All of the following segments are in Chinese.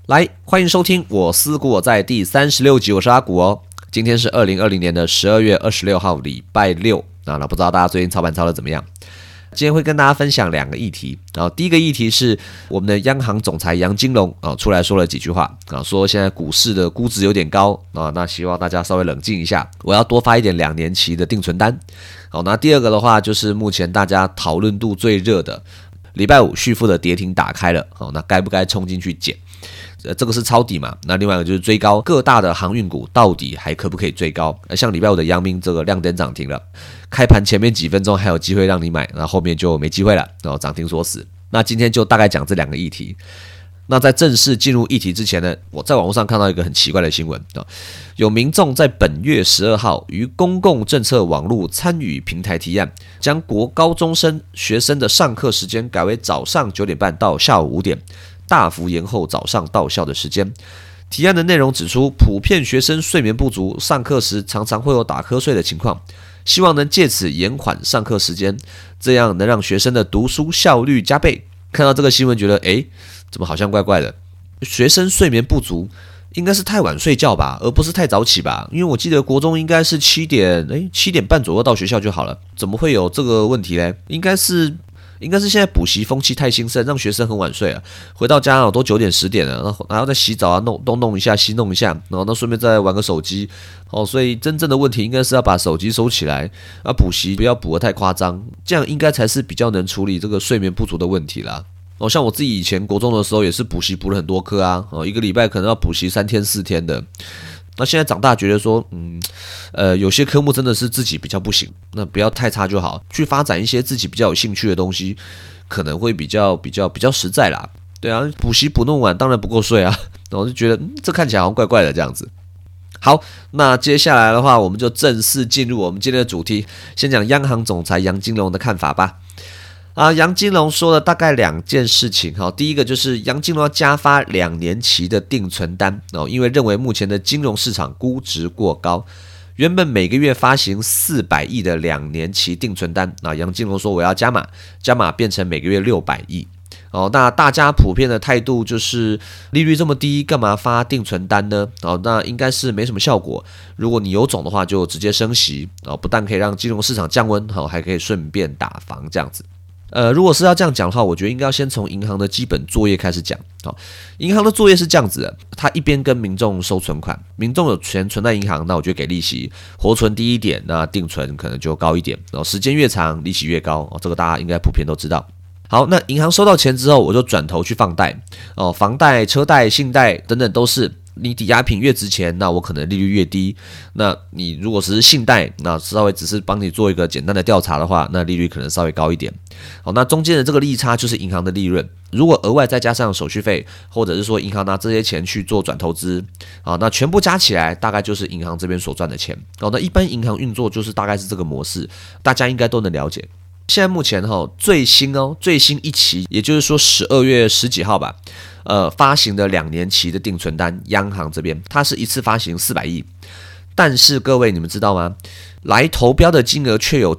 来，欢迎收听我思故我在第36集，我是阿古哦。今天是2020年的12月26号，礼拜六。那不知道大家最近操盘操的怎么样？今天会跟大家分享两个议题。第一个议题是我们的央行总裁杨金龙出来说了几句话说现在股市的估值有点高那希望大家稍微冷静一下，我要多发一点2年期的定存单。那第二个的话就是目前大家讨论度最热的礼拜五续富的跌停打开了那该不该冲进去捡？这个是抄底嘛？那另外一个就是追高，各大的航运股到底还可不可以追高？像礼拜五的阳明这个亮灯涨停了，开盘前面几分钟还有机会让你买，那后面就没机会了，涨停锁死。那今天就大概讲这两个议题。那在正式进入议题之前呢，我在网络上看到一个很奇怪的新闻有民众在本月12号于公共政策网络参与平台提案，将国高中生学生的上课时间改为早上9点半到下午5点。大幅延后早上到校的时间。提案的内容指出，普遍学生睡眠不足，上课时常常会有打瞌睡的情况，希望能借此延缓上课时间，这样能让学生的读书效率加倍。看到这个新闻觉得怎么好像怪怪的？学生睡眠不足应该是太晚睡觉吧，而不是太早起吧？因为我记得国中应该是7点半左右到学校就好了，怎么会有这个问题呢？应该是现在补习风气太兴盛，让学生很晚睡回到家都9点10点了，然后再洗澡弄一下西弄一下，然后顺便再玩个手机所以真正的问题应该是要把手机收起来补习不要补得太夸张，这样应该才是比较能处理这个睡眠不足的问题啦。像我自己以前国中的时候也是补习补了很多科一个礼拜可能要补习3天4天的。那现在长大觉得说有些科目真的是自己比较不行，那不要太差就好，去发展一些自己比较有兴趣的东西，可能会比较实在啦。对啊，补习补弄完当然不够睡我就觉得这看起来好像怪怪的这样子。好，那接下来的话我们就正式进入我们今天的主题，先讲央行总裁杨金龙的看法吧。杨金龙说了大概2件事情第一个就是杨金龙要加发2年期的定存单因为认为目前的金融市场估值过高，原本每个月发行400亿的2年期定存单，杨金龙说我要加码变成每个月600亿那大家普遍的态度就是利率这么低，干嘛发定存单呢？那应该是没什么效果。如果你有种的话，就直接升息不但可以让金融市场降温还可以顺便打房这样子。如果是要这样讲的话，我觉得应该要先从银行的基本作业开始讲。银行的作业是这样子的，他一边跟民众收存款，民众有钱存在银行，那我就给利息，活存低一点，那定存可能就高一点，时间越长利息越高这个大家应该普遍都知道。好，那银行收到钱之后，我就转头去放贷房贷、车贷、信贷等等都是。你抵押品越值钱，那我可能利率越低。那你如果是信贷，那稍微只是帮你做一个简单的调查的话，那利率可能稍微高一点。那中间的这个利差就是银行的利润。如果额外再加上手续费，或者是说银行拿这些钱去做转投资，那全部加起来大概就是银行这边所赚的钱。那一般银行运作就是大概是这个模式，大家应该都能了解。现在目前最新一期，也就是说12月10几号吧，发行的2年期的定存单，央行这边它是一次发行400亿，但是各位你们知道吗？来投标的金额却有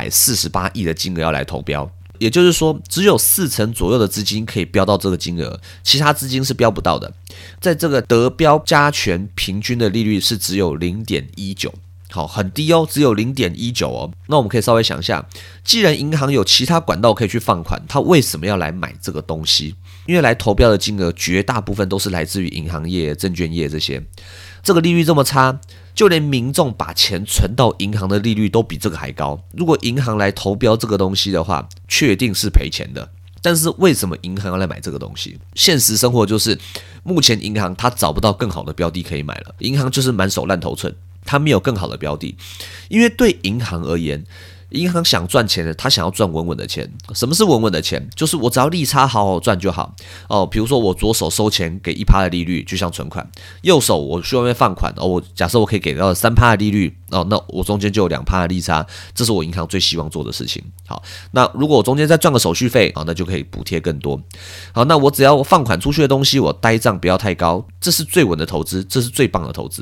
948亿的金额要来投标，也就是说只有40%左右的资金可以标到这个金额，其他资金是标不到的。在这个得标加权平均的利率是只有 0.19。好，很低只有 0.19 那我们可以稍微想一下，既然银行有其他管道可以去放款，他为什么要来买这个东西？因为来投标的金额绝大部分都是来自于银行业、证券业这些。这个利率这么差，就连民众把钱存到银行的利率都比这个还高。如果银行来投标这个东西的话，确定是赔钱的。但是为什么银行要来买这个东西？现实生活就是目前银行它找不到更好的标的可以买了，银行就是满手烂头寸，它没有更好的标的。因为对银行而言，银行想赚钱的，他想要赚稳稳的钱。什么是稳稳的钱？就是我只要利差好好赚就好比如说我左手收钱给 1% 的利率，就像存款；右手我去外面放款我假设我可以给到 3% 的利率那我中间就有 2% 的利差，这是我银行最希望做的事情。好，那如果我中间再赚个手续费那就可以补贴更多。好，那我只要放款出去的东西，我呆账不要太高，这是最稳的投资，这是最棒的投资。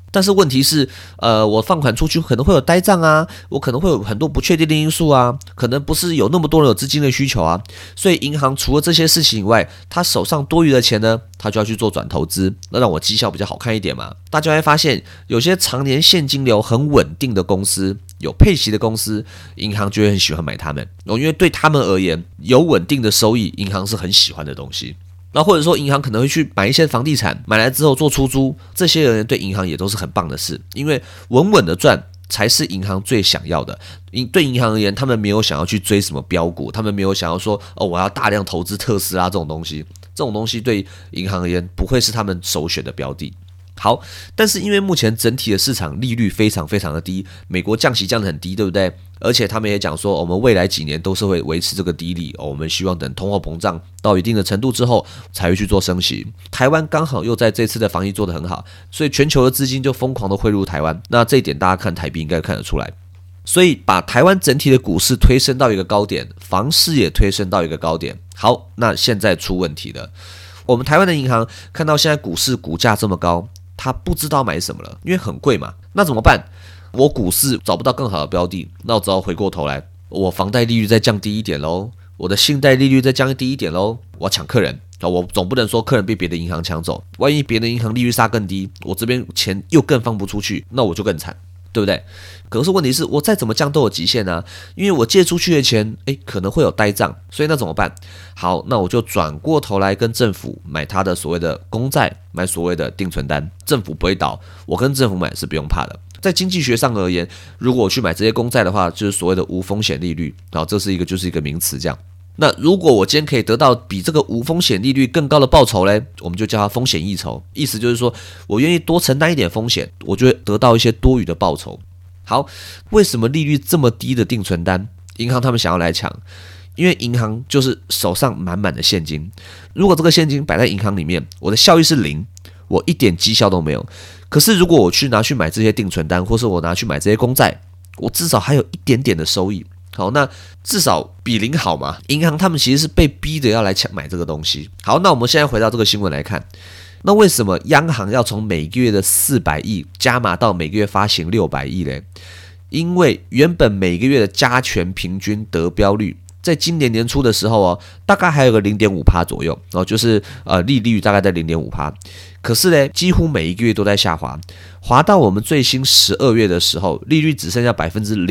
但是问题是，我放款出去可能会有呆账啊，我可能会有很多不确定的因素啊，可能不是有那么多人有资金的需求啊，所以银行除了这些事情以外，他手上多余的钱呢，他就要去做转投资，那让我绩效比较好看一点嘛。大家会发现，有些常年现金流很稳定的公司，有配息的公司，银行就会很喜欢买他们，因为对他们而言，有稳定的收益，银行是很喜欢的东西。那或者说银行可能会去买一些房地产，买来之后做出租，这些人对银行也都是很棒的事，因为稳稳的赚才是银行最想要的。对银行而言，他们没有想要去追什么标股，他们没有想要说我要大量投资特斯拉这种东西，这种东西对银行而言不会是他们首选的标的。好，但是因为目前整体的市场利率非常非常的低，美国降息降得很低，对不对？而且他们也讲说，我们未来几年都是会维持这个低利，我们希望等通货膨胀到一定的程度之后，才会去做升息。台湾刚好又在这次的防疫做得很好，所以全球的资金就疯狂的汇入台湾。那这一点大家看台币应该看得出来，所以把台湾整体的股市推升到一个高点，房市也推升到一个高点。好，那现在出问题了，我们台湾的银行看到现在股市股价这么高，他不知道买什么了，因为很贵嘛。那怎么办？我股市找不到更好的标的，那我只好回过头来，我房贷利率再降低一点咯，我的信贷利率再降低一点咯，我要抢客人，我总不能说客人被别的银行抢走，万一别的银行利率杀更低，我这边钱又更放不出去，那我就更惨，对不对？可是问题是我再怎么降都有极限啊，因为我借出去的钱可能会有呆账，所以那怎么办？好，那我就转过头来跟政府买他的所谓的公债，买所谓的定存单，政府不会倒，我跟政府买是不用怕的。在经济学上而言，如果我去买这些公债的话，就是所谓的无风险利率，然后这是就是一个名词这样。那如果我今天可以得到比这个无风险利率更高的报酬嘞，我们就叫它风险溢酬，意思就是说我愿意多承担一点风险，我就会得到一些多余的报酬。好，为什么利率这么低的定存单，银行他们想要来抢？因为银行就是手上满满的现金，如果这个现金摆在银行里面，我的效益是零，我一点绩效都没有。可是如果我拿去买这些定存单，或是我拿去买这些公债，我至少还有一点点的收益。好，那至少比零好嘛。银行他们其实是被逼的要来买这个东西。好，那我们现在回到这个新闻来看，那为什么央行要从每个月的400亿加码到每个月发行600亿呢？因为原本每个月的加权平均得标率，在今年年初的时候大概还有个 0.5% 左右，就是利率大概在 0.5%。可是呢，几乎每一个月都在下滑，滑到我们最新12月的时候，利率只剩下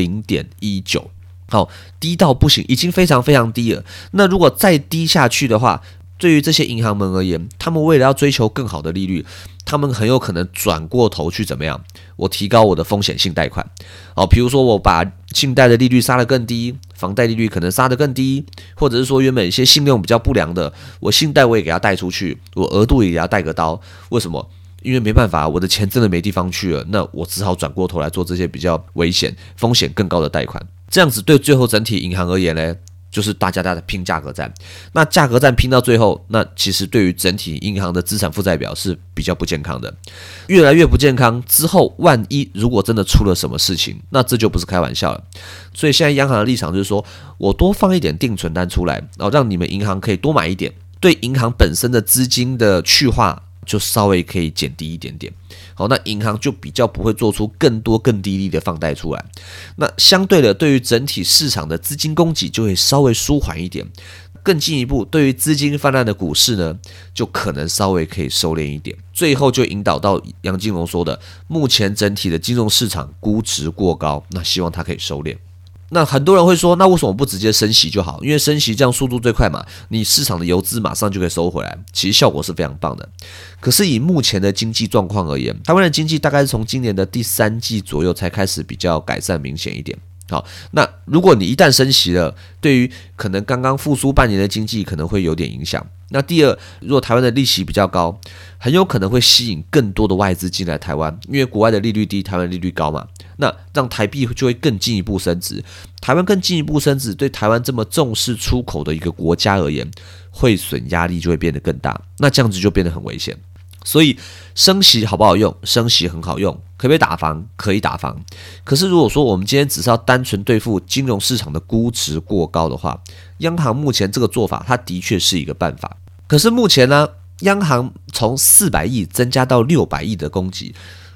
0.19%。好，低到不行，已经非常非常低了。那如果再低下去的话，对于这些银行们而言，他们为了要追求更好的利率，他们很有可能转过头去怎么样？我提高我的风险性贷款。比如说我把信贷的利率杀得更低，房贷利率可能杀得更低，或者是说原本一些信用比较不良的，我信贷我也给他贷出去，我额度也给他带个刀。为什么？因为没办法，我的钱真的没地方去了，那我只好转过头来做这些比较危险、风险更高的贷款。这样子对最后整体银行而言呢，就是大家在拼价格战。那价格战拼到最后，那其实对于整体银行的资产负债表是比较不健康的，越来越不健康。之后万一如果真的出了什么事情，那这就不是开玩笑了。所以现在央行的立场就是说，我多放一点定存单出来，让你们银行可以多买一点，对银行本身的资金的去化就稍微可以减低一点点。好，那银行就比较不会做出更多更低利的放贷出来。那相对的，对于整体市场的资金供给就会稍微舒缓一点。更进一步，对于资金泛滥的股市呢，就可能稍微可以收敛一点。最后就引导到杨金龙说的，目前整体的金融市场估值过高，那希望它可以收敛。那很多人会说，那为什么不直接升息就好？因为升息这样速度最快嘛，你市场的游资马上就可以收回来，其实效果是非常棒的。可是以目前的经济状况而言，台湾的经济大概是从今年的第3季左右才开始比较改善明显一点。好，那如果你一旦升息了，对于可能刚刚复苏半年的经济可能会有点影响。那第二，如果台湾的利息比较高，很有可能会吸引更多的外资进来台湾，因为国外的利率低，台湾利率高嘛，那让台币就会更进一步升值。台湾更进一步升值，对台湾这么重视出口的一个国家而言，汇损压力就会变得更大，那这样子就变得很危险。所以升息好不好用？升息很好用，可不可以打房？可以打房。可是如果说我们今天只是要单纯对付金融市场的估值过高的话，央行目前这个做法，它的确是一个办法。可是目前呢，央行从400亿增加到600亿的供给，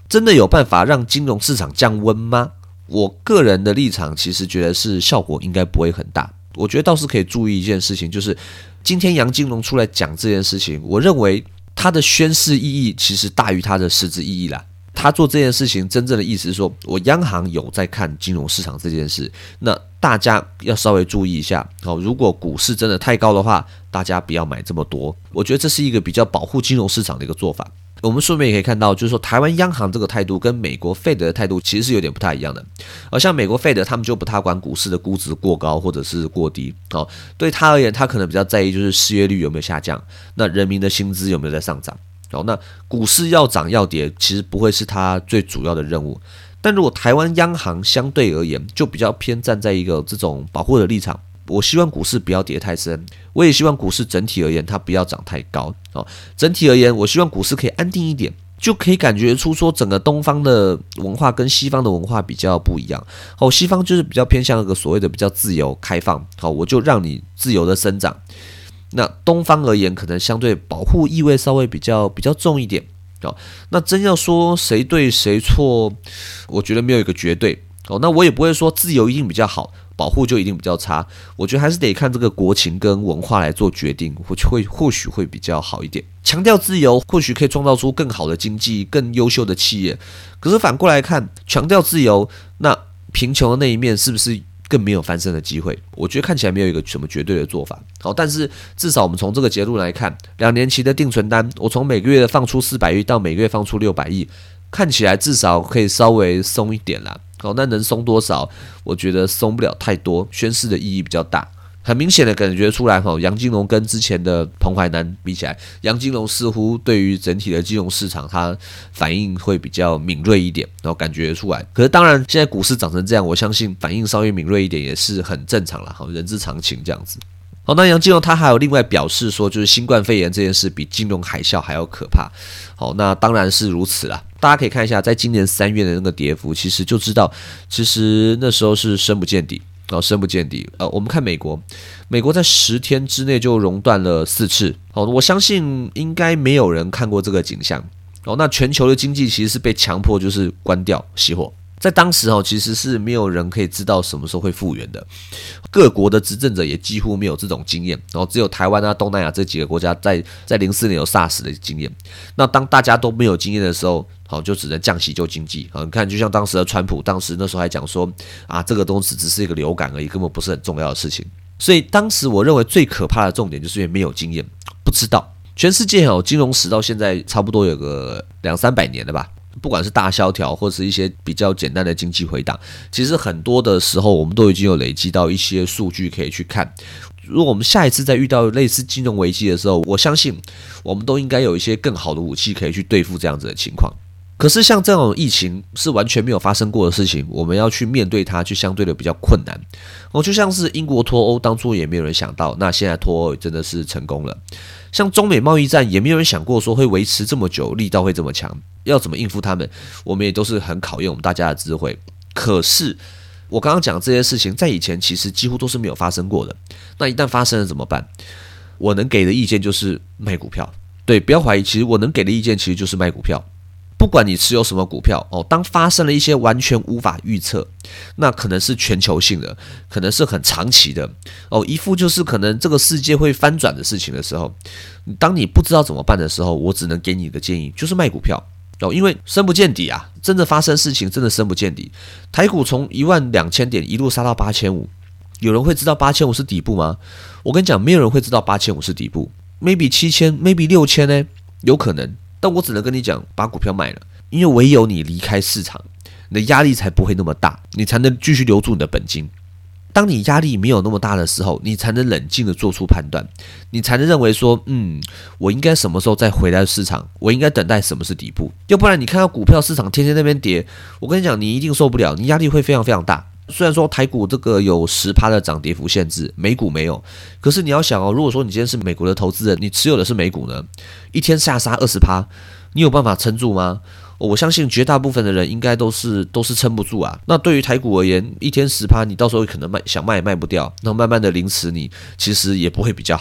真的有办法让金融市场降温吗？我个人的立场其实觉得是效果应该不会很大。我觉得倒是可以注意一件事情，就是今天杨金龙出来讲这件事情，我认为他的宣示意义其实大于他的实质意义啦。他做这件事情真正的意思是说，我央行有在看金融市场这件事，那大家要稍微注意一下。如果股市真的太高的话，大家不要买这么多。我觉得这是一个比较保护金融市场的一个做法。我们顺便也可以看到，就是说台湾央行这个态度跟美国 Fed 的态度其实是有点不太一样的。像美国 Fed 他们就不太管股市的估值过高或者是过低。对他而言，他可能比较在意就是失业率有没有下降，那人民的薪资有没有在上涨。那股市要涨要跌，其实不会是他最主要的任务。但如果台湾央行相对而言，就比较偏站在一个这种保护的立场。我希望股市不要跌太深，我也希望股市整体而言它不要涨太高。整体而言，我希望股市可以安定一点，就可以感觉出说整个东方的文化跟西方的文化比较不一样。西方就是比较偏向一个所谓的比较自由开放，我就让你自由的生长。那东方而言，可能相对保护意味稍微比较重一点。那真要说谁对谁错，我觉得没有一个绝对。那我也不会说自由一定比较好，保护就一定比较差。我觉得还是得看这个国情跟文化来做决定，或许会比较好一点。强调自由，或许可以创造出更好的经济、更优秀的企业。可是反过来看，强调自由，那贫穷的那一面是不是更没有翻身的机会？我觉得看起来没有一个什么绝对的做法。但是至少我们从这个结论来看，2年期的定存单，我从每个月放出400亿到每个月放出600亿，看起来至少可以稍微松一点啦。那能松多少？我觉得松不了太多，宣示的意义比较大。很明显的感觉出来，杨金龙跟之前的彭淮南比起来，杨金龙似乎对于整体的金融市场，他反应会比较敏锐一点，然后感觉出来。可是当然，现在股市涨成这样，我相信反应稍微敏锐一点也是很正常啦，人之常情这样子。那杨金龙他还有另外表示说，就是新冠肺炎这件事比金融海啸还要可怕。那当然是如此啦。大家可以看一下，在今年3月的那个跌幅，其实就知道，其实那时候是深不见底。深不见底。我们看美国在10天之内就熔断了4次。我相信应该没有人看过这个景象。那全球的经济其实是被强迫就是关掉熄火。在当时其实是没有人可以知道什么时候会复原的，各国的执政者也几乎没有这种经验，然后只有台湾啊、东南亚这几个国家在04年有 SARS 的经验。那当大家都没有经验的时候，就只能降息救经济。你看，就像当时的川普，当时那时候还讲说这个东西只是一个流感而已，根本不是很重要的事情。所以当时我认为最可怕的重点就是因为没有经验，不知道。全世界金融史到现在差不多有个200-300年了吧。不管是大萧条或是一些比较简单的经济回档，其实很多的时候我们都已经有累积到一些数据可以去看。如果我们下一次再遇到类似金融危机的时候，我相信我们都应该有一些更好的武器可以去对付这样子的情况。可是像这种疫情是完全没有发生过的事情，我们要去面对它就相对的比较困难。就像是英国脱欧，当初也没有人想到，那现在脱欧真的是成功了。像中美贸易战也没有人想过说会维持这么久，力道会这么强，要怎么应付他们，我们也都是很考验我们大家的智慧。可是我刚刚讲这些事情在以前其实几乎都是没有发生过的，那一旦发生了怎么办？我能给的意见就是卖股票。对，不要怀疑，其实我能给的意见其实就是卖股票。不管你持有什么股票当发生了一些完全无法预测，那可能是全球性的，可能是很长期的一副就是可能这个世界会翻转的事情的时候，当你不知道怎么办的时候，我只能给你的建议就是卖股票因为深不见底啊，真的发生事情真的深不见底。台股从12000点一路杀到8500，有人会知道8500是底部吗？我跟你讲，没有人会知道8500是底部。 maybe 7000 maybe 6000呢，有可能。但我只能跟你讲，把股票卖了，因为唯有你离开市场，你的压力才不会那么大，你才能继续留住你的本金。当你压力没有那么大的时候，你才能冷静的做出判断，你才能认为说，我应该什么时候再回来市场，我应该等待什么是底部。要不然你看到股票市场天天那边跌，我跟你讲，你一定受不了，你压力会非常非常大。虽然说台股这个有10%的涨跌幅限制，美股没有，可是你要想如果说你今天是美国的投资人，你持有的是美股呢，一天下杀20%，你有办法撑住吗？我相信绝大部分的人应该都是撑不住啊。那对于台股而言，一天10%，你到时候可能想卖也卖不掉，那慢慢的凌迟你，其实也不会比较好。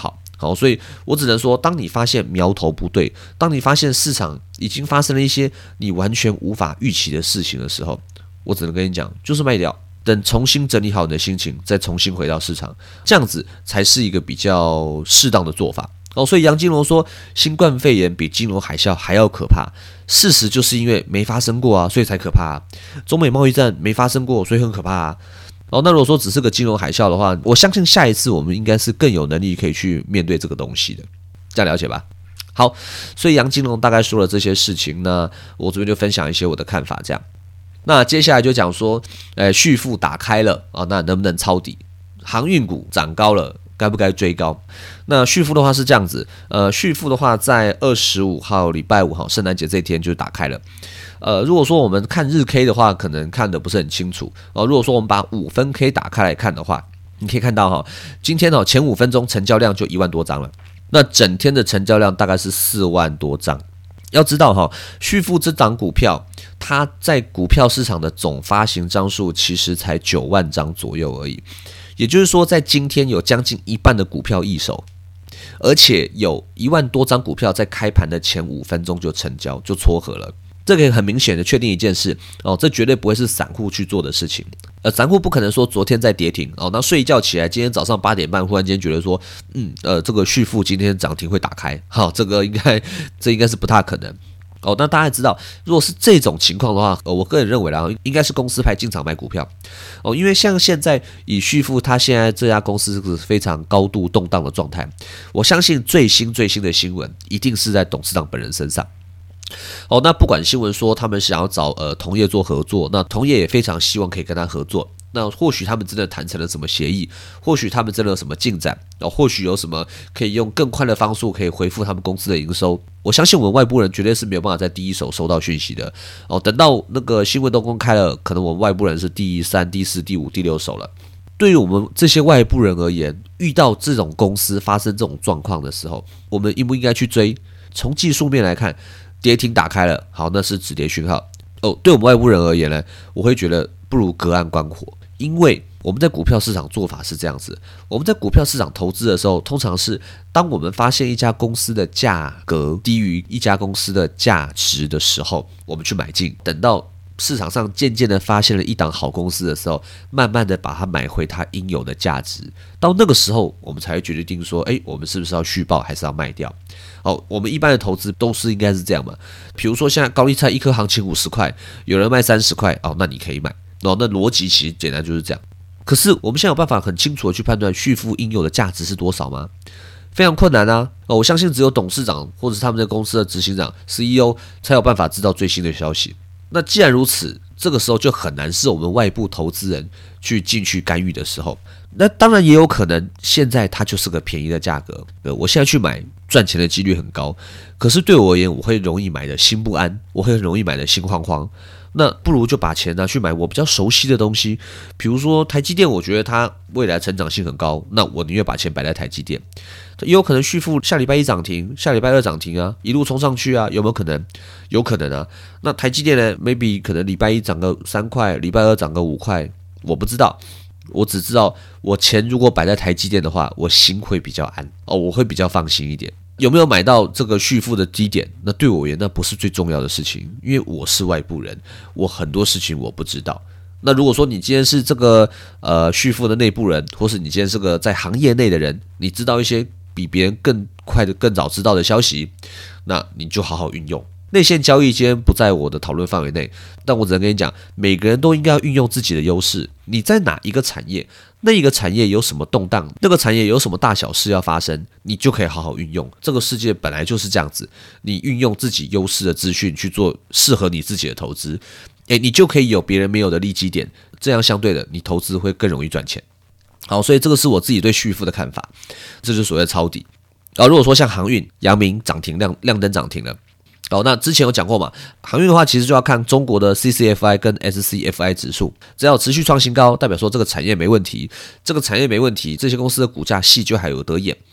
好，所以我只能说，当你发现苗头不对，当你发现市场已经发生了一些你完全无法预期的事情的时候，我只能跟你讲，就是卖掉，等重新整理好你的心情，再重新回到市场，这样子才是一个比较适当的做法。所以杨金龙说新冠肺炎比金融海啸还要可怕，事实就是因为没发生过啊，所以才可怕啊。中美贸易战没发生过，所以很可怕啊。那如果说只是个金融海啸的话，我相信下一次我们应该是更有能力可以去面对这个东西的，这样了解吧？好，所以杨金龙大概说了这些事情呢，我这边就分享一些我的看法，这样。那接下来就讲说，续富打开了啊，那能不能抄底？航运股涨高了，该不该追高？那续富的话是这样子，续富的话在25号礼拜五圣诞节这一天就打开了。如果说我们看日 K 的话，可能看得不是很清楚。如果说我们把5分 K 打开来看的话，你可以看到今天前5分钟成交量就1万多张了，那整天的成交量大概是4万多张。要知道续富这档股票，它在股票市场的总发行张数其实才9万张左右而已。也就是说，在今天有将近一半的股票易手，而且有1万多张股票在开盘的前5分钟就成交，就撮合了。这个很明显的确定一件事这绝对不会是散户去做的事情。散户不可能说昨天在跌停那睡一觉起来，今天早上8点半忽然间觉得说，这个续富今天涨停会打开，这应该是不大可能。那大家知道，如果是这种情况的话，我个人认为应该是公司派进场买股票因为像现在以续富，它现在这家公司是非常高度动荡的状态，我相信最新的新闻一定是在董事长本人身上。那不管新闻说他们想要找同业做合作，那同业也非常希望可以跟他合作。那或许他们真的谈成了什么协议，或许他们真的有什么进展，或许有什么可以用更快的方式可以恢复他们公司的营收。我相信我们外部人绝对是没有办法在第一手收到讯息的等到那个新闻都公开了，可能我们外部人是第3、第4、第5、第6手了。对于我们这些外部人而言，遇到这种公司发生这种状况的时候，我们应不应该去追？从技术面来看，跌停打开了，好，那是止跌讯号。对我们外部人而言呢，我会觉得不如隔岸观火，因为我们在股票市场做法是这样子，我们在股票市场投资的时候，通常是当我们发现一家公司的价格低于一家公司的价值的时候，我们去买进，等到市场上渐渐的发现了一档好公司的时候，慢慢的把它买回它应有的价值，到那个时候我们才会决定说，我们是不是要续报还是要卖掉。我们一般的投资都是应该是这样嘛。比如说现在高丽菜一颗行情50块，有人卖30块，那你可以买。那逻辑其实简单就是这样。可是我们现在有办法很清楚的去判断续富应有的价值是多少吗？非常困难啊！我相信只有董事长或者是他们的公司的执行长 CEO 才有办法知道最新的消息。那既然如此，这个时候就很难是我们外部投资人去进去干预的时候。那当然也有可能现在它就是个便宜的价格，我现在去买赚钱的几率很高，可是对我而言，我会容易买的心不安，我会容易买的心慌慌。那不如就把钱拿去买我比较熟悉的东西，比如说台积电，我觉得它未来成长性很高，那我宁愿把钱摆在台积电。也有可能续富下礼拜1涨停，下礼拜2涨停啊，一路冲上去啊，有没有可能？有可能啊。那台积电呢 ？maybe 可能礼拜1涨个3块，礼拜2涨个5块，我不知道。我只知道我钱如果摆在台积电的话，我心会比较安我会比较放心一点。有没有买到这个续富的低点？那对我而言，那不是最重要的事情，因为我是外部人，我很多事情我不知道。那如果说你今天是这个续富的内部人，或是你今天是个在行业内的人，你知道一些比别人更快的、更早知道的消息，那你就好好运用。内线交易今天不在我的讨论范围内，但我只能跟你讲，每个人都应该要运用自己的优势。你在哪一个产业，那一个产业有什么动荡，那个产业有什么大小事要发生，你就可以好好运用。这个世界本来就是这样子，你运用自己优势的资讯去做适合你自己的投资，你就可以有别人没有的利基点，这样相对的，你投资会更容易赚钱。好，所以这个是我自己对续富的看法，这就是所谓的抄底。如果说像航运、阳明涨停亮灯涨停了。那之前有讲过嘛，航运的话其实就要看中国的 CCFI 跟 SCFI 指数，只要持续创新高，代表说这个产业没问题，这个产业没问题，这些公司的股价细就还有得演。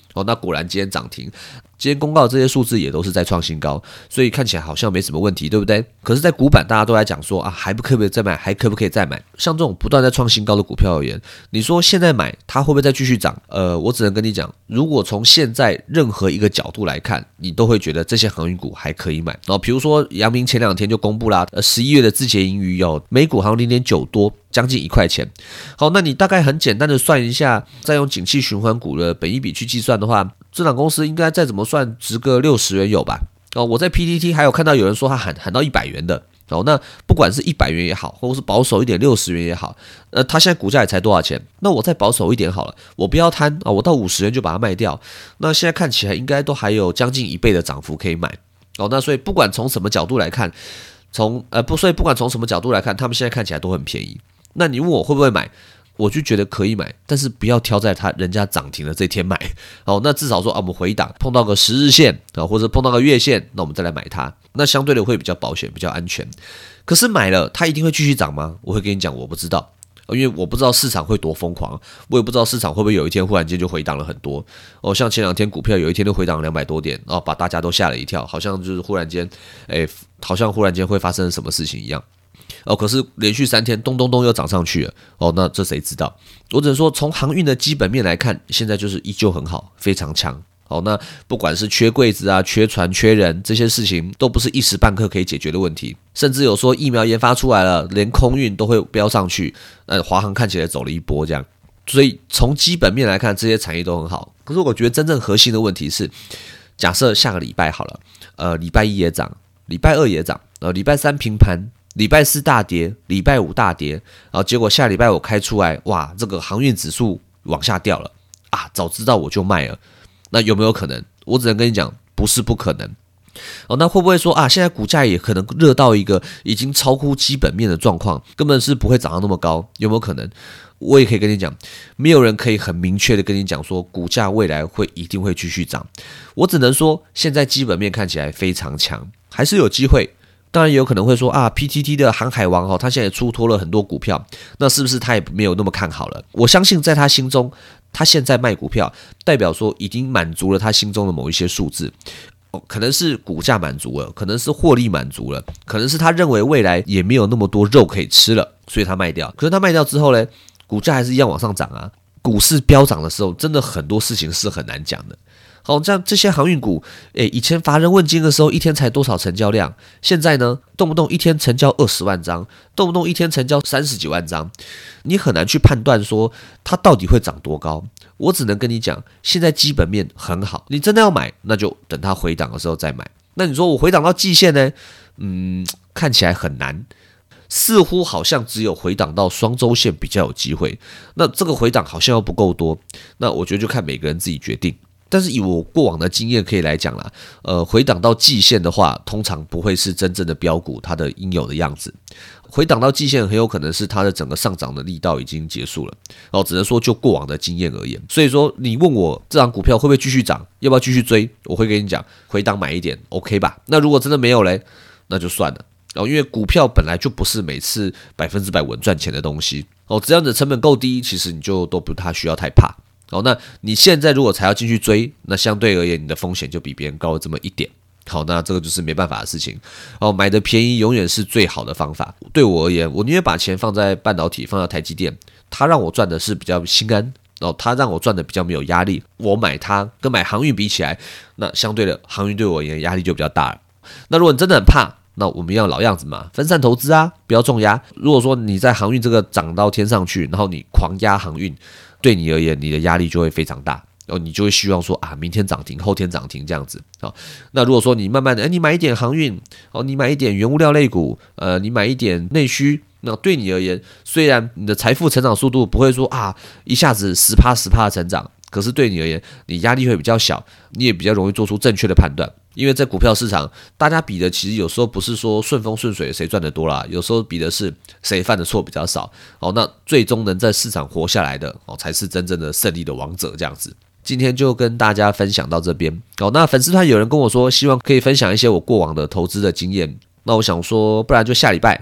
那果然今天涨停。今天公告的这些数字也都是在创新高，所以看起来好像没什么问题，对不对？可是，在股板大家都在讲说还可不可以再买，还可不可以再买？像这种不断在创新高的股票而言，你说现在买它会不会再继续涨？我只能跟你讲，如果从现在任何一个角度来看，你都会觉得这些航运股还可以买。然后比如说阳明前2天就公布啦，11月的自结盈余有每股好像0.9多，将近1块钱。好，那你大概很简单的算一下，再用景气循环股的本益比去计算的话，这档公司应该再怎么算值个60元有吧？我在 PTT 还有看到有人说他喊到100元的。那不管是100元也好，或者是保守一点60元也好，它现在股价也才多少钱？那我再保守一点好了，我不要贪我到50元就把它卖掉。那现在看起来应该都还有将近1倍的涨幅可以买。那所以不管从什么角度来看，不管从什么角度来看，他们现在看起来都很便宜。那你问我会不会买？我就觉得可以买，但是不要挑在人家涨停的这天买。那至少说我们回档碰到个10日线或者碰到个月线，那我们再来买它，那相对的会比较保险，比较安全。可是买了它一定会继续涨吗？我会跟你讲，我不知道，因为我不知道市场会多疯狂，我也不知道市场会不会有一天忽然间就回档了很多。像前2天股票有一天就回档200多点，把大家都吓了一跳，好像就是忽然间会发生什么事情一样。可是连续3天咚咚咚又涨上去了。那这谁知道？我只能说从航运的基本面来看，现在就是依旧很好，非常强。那不管是缺柜子啊、缺船、缺人，这些事情都不是一时半刻可以解决的问题。甚至有说疫苗研发出来了，连空运都会飙上去。华航看起来走了一波这样。所以从基本面来看，这些产业都很好。可是我觉得真正核心的问题是，假设下个礼拜好了，礼拜1也涨，礼拜2也涨，礼拜3平盘。礼拜4大跌，礼拜5大跌，然后结果下礼拜5开出来，哇，这个航运指数往下掉了早知道我就卖了。那有没有可能？我只能跟你讲，不是不可能。那会不会说现在股价也可能热到一个已经超乎基本面的状况，根本是不会涨到那么高？有没有可能？我也可以跟你讲，没有人可以很明确的跟你讲说股价未来一定会继续涨。我只能说，现在基本面看起来非常强，还是有机会。当然也有可能会说PTT 的航海王他现在也出脱了很多股票，那是不是他也没有那么看好了？我相信在他心中，他现在卖股票，代表说已经满足了他心中的某一些数字。可能是股价满足了，可能是获利满足了，可能是他认为未来也没有那么多肉可以吃了，所以他卖掉。可是他卖掉之后呢，股价还是一样往上涨啊。股市飙涨的时候，真的很多事情是很难讲的。像这些航运股，以前乏人问津的时候，一天才多少成交量？现在呢，动不动一天成交20万张，动不动一天成交30几万张，你很难去判断说它到底会涨多高。我只能跟你讲，现在基本面很好，你真的要买，那就等它回档的时候再买。那你说我回档到季线呢？看起来很难。似乎好像只有回档到双周线比较有机会，那这个回档好像又不够多，那我觉得就看每个人自己决定。但是以我过往的经验可以来讲啦，回档到季线的话，通常不会是真正的标股它的应有的样子。回档到季线很有可能是它的整个上涨的力道已经结束了，只能说就过往的经验而言。所以说你问我这张股票会不会继续涨，要不要继续追，我会跟你讲回档买一点 OK 吧。那如果真的没有嘞，那就算了。因为股票本来就不是每次100%稳赚钱的东西只要你的成本够低，其实你就都不太需要太怕。那你现在如果才要进去追，那相对而言你的风险就比别人高了这么一点。那这个就是没办法的事情。买的便宜永远是最好的方法。对我而言，我宁愿把钱放在半导体，放在台积电，它让我赚的是比较心安，它让我赚的比较没有压力。我买它跟买航运比起来，那相对的航运对我而言压力就比较大了。那如果你真的很怕，那我们一样老样子嘛，分散投资啊，不要重压。如果说你在航运这个涨到天上去，然后你狂压航运，对你而言你的压力就会非常大，你就会希望说明天涨停，后天涨停这样子。那如果说你慢慢的，你买一点航运，你买一点原物料类股，你买一点内需，那对你而言，虽然你的财富成长速度不会说一下子10%的成长，可是对你而言，你压力会比较小，你也比较容易做出正确的判断。因为在股票市场，大家比的其实有时候不是说顺风顺水谁赚得多啦，有时候比的是谁犯的错比较少。那最终能在市场活下来的才是真正的胜利的王者这样子。今天就跟大家分享到这边。那粉丝团有人跟我说，希望可以分享一些我过往的投资的经验。那我想说，不然就下礼拜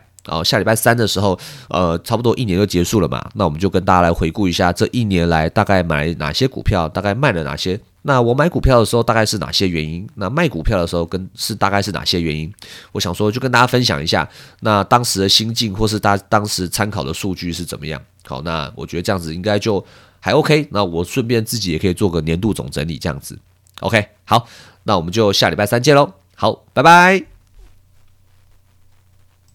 3的时候，差不多1年就结束了嘛。那我们就跟大家来回顾一下这1年来大概买哪些股票，大概卖了哪些。 那我买股票的时候大概是哪些原因？那卖股票的时候大概是哪些原因？我想说就跟大家分享一下，那当时的心境或是当时参考的数据是怎么样。好，那我觉得这样子应该就还 OK。那我顺便自己也可以做个年度总整理这样子。OK， 好，那我们就下礼拜三见喽。好，拜拜。